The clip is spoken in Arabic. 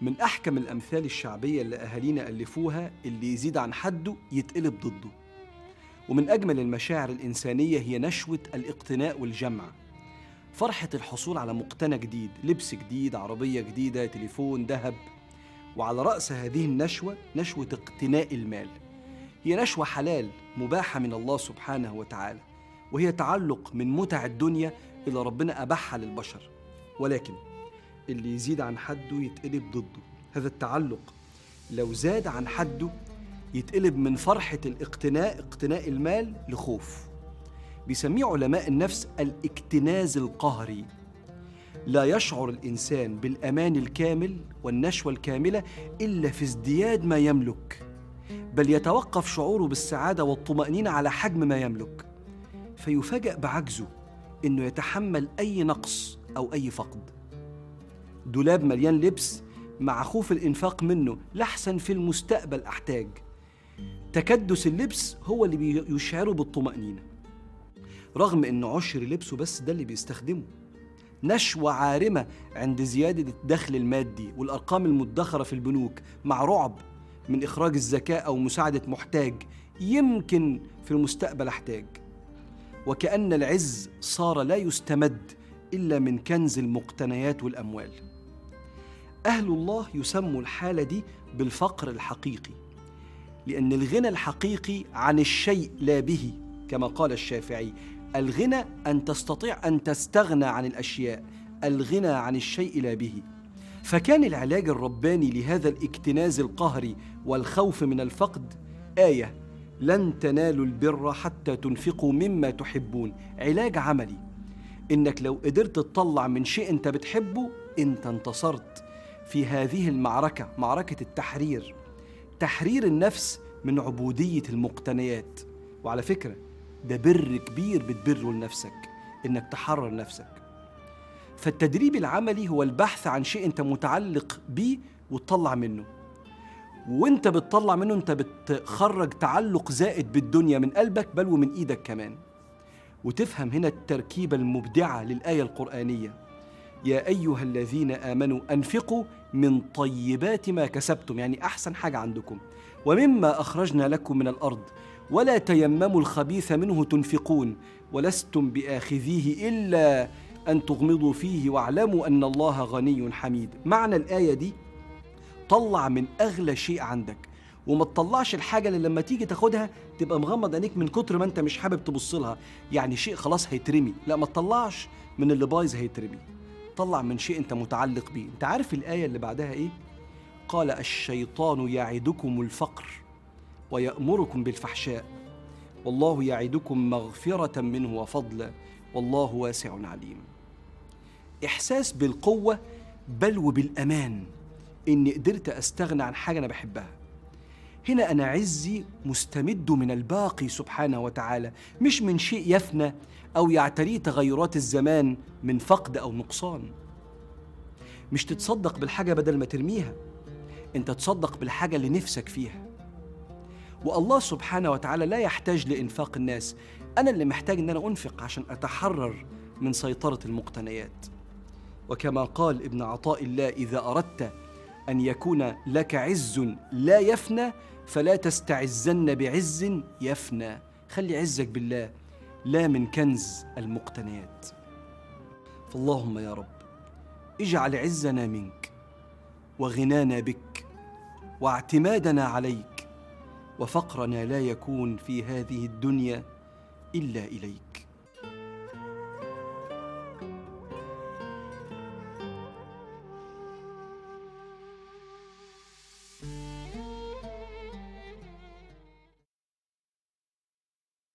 من أحكم الأمثال الشعبية اللي أهالينا ألفوها اللي يزيد عن حده يتقلب ضده. ومن أجمل المشاعر الإنسانية هي نشوة الاقتناء والجمع، فرحة الحصول على مقتنى جديد، لبس جديد، عربية جديدة، تليفون، ذهب. وعلى رأس هذه النشوة نشوة اقتناء المال، هي نشوة حلال مباحة من الله سبحانه وتعالى، وهي تعلق من متع الدنيا إلى ربنا أباحها للبشر. ولكن اللي يزيد عن حده يتقلب ضده. هذا التعلق لو زاد عن حده يتقلب من فرحة اقتناء المال لخوف. بيسميه علماء النفس الاكتناز القهري. لا يشعر الإنسان بالأمان الكامل والنشوة الكاملة إلا في ازدياد ما يملك، بل يتوقف شعوره بالسعادة والطمأنينة على حجم ما يملك، فيفاجأ بعجزه إنه يتحمل أي نقص أو أي فقد. دولاب مليان لبس مع خوف الإنفاق منه لحسن في المستقبل أحتاج. تكدس اللبس هو اللي بيشعره بالطمأنينة، رغم إنه عشر لبسه بس ده اللي بيستخدمه. نشوة عارمة عند زيادة الدخل المادي والأرقام المدخرة في البنوك، مع رعب من إخراج الزكاة أو مساعدة محتاج يمكن في المستقبل أحتاج. وكأن العز صار لا يستمد إلا من كنز المقتنيات والأموال. أهل الله يسموا الحالة دي بالفقر الحقيقي، لأن الغنى الحقيقي عن الشيء لا به، كما قال الشافعي: الغنى أن تستطيع أن تستغنى عن الأشياء، الغنى عن الشيء لا به. فكان العلاج الرباني لهذا الاكتناز القهري والخوف من الفقد آية: لن تنالوا البر حتى تنفقوا مما تحبون. علاج عملي، إنك لو قدرت تطلع من شيء أنت بتحبه أنت انتصرت في هذه المعركة، معركة التحرير، تحرير النفس من عبودية المقتنيات. وعلى فكرة ده بر كبير بتبره لنفسك، إنك تحرر نفسك. فالتدريب العملي هو البحث عن شيء أنت متعلق بيه وتطلع منه، وانت بتطلع منه انت بتخرج تعلق زائد بالدنيا من قلبك بل ومن ايدك كمان. وتفهم هنا التركيبة المبدعة للآية القرآنية: يا أيها الذين آمنوا أنفقوا من طيبات ما كسبتم، يعني أحسن حاجة عندكم، ومما أخرجنا لكم من الأرض ولا تيمموا الخبيث منه تنفقون ولستم بآخذيه إلا أن تغمضوا فيه واعلموا أن الله غني حميد. معنى الآية دي: طلع من أغلى شيء عندك، وما تطلعش الحاجة اللي لما تيجي تاخدها تبقى مغمض عينيك من كتر ما انت مش حابب تبص لها، يعني شيء خلاص هيترمي. لا، ما تطلعش من اللي بايظ هيترمي، طلع من شيء انت متعلق بيه. انت عارف الآية اللي بعدها ايه؟ قال الشيطان يعدكم الفقر ويأمركم بالفحشاء والله يعدكم مغفرة منه وفضلا والله واسع عليم. إحساس بالقوة بل وبالأمان، إني قدرت أستغنى عن حاجة أنا بحبها. هنا أنا عزي مستمد من الباقي سبحانه وتعالى، مش من شيء يفنى أو يعتريه تغيرات الزمان من فقد أو نقصان. مش تتصدق بالحاجة بدل ما ترميها، أنت تصدق بالحاجة اللي نفسك فيها. والله سبحانه وتعالى لا يحتاج لإنفاق الناس، أنا اللي محتاج أن أنا أنفق عشان أتحرر من سيطرة المقتنيات. وكما قال ابن عطاء الله: إذا أردت أن يكون لك عز لا يفنى فلا تستعزن بعز يفنى. خلي عزك بالله لا من كنز المقتنيات. فاللهم يا رب اجعل عزنا منك وغنانا بك واعتمادنا عليك، وفقرنا لا يكون في هذه الدنيا إلا إليك.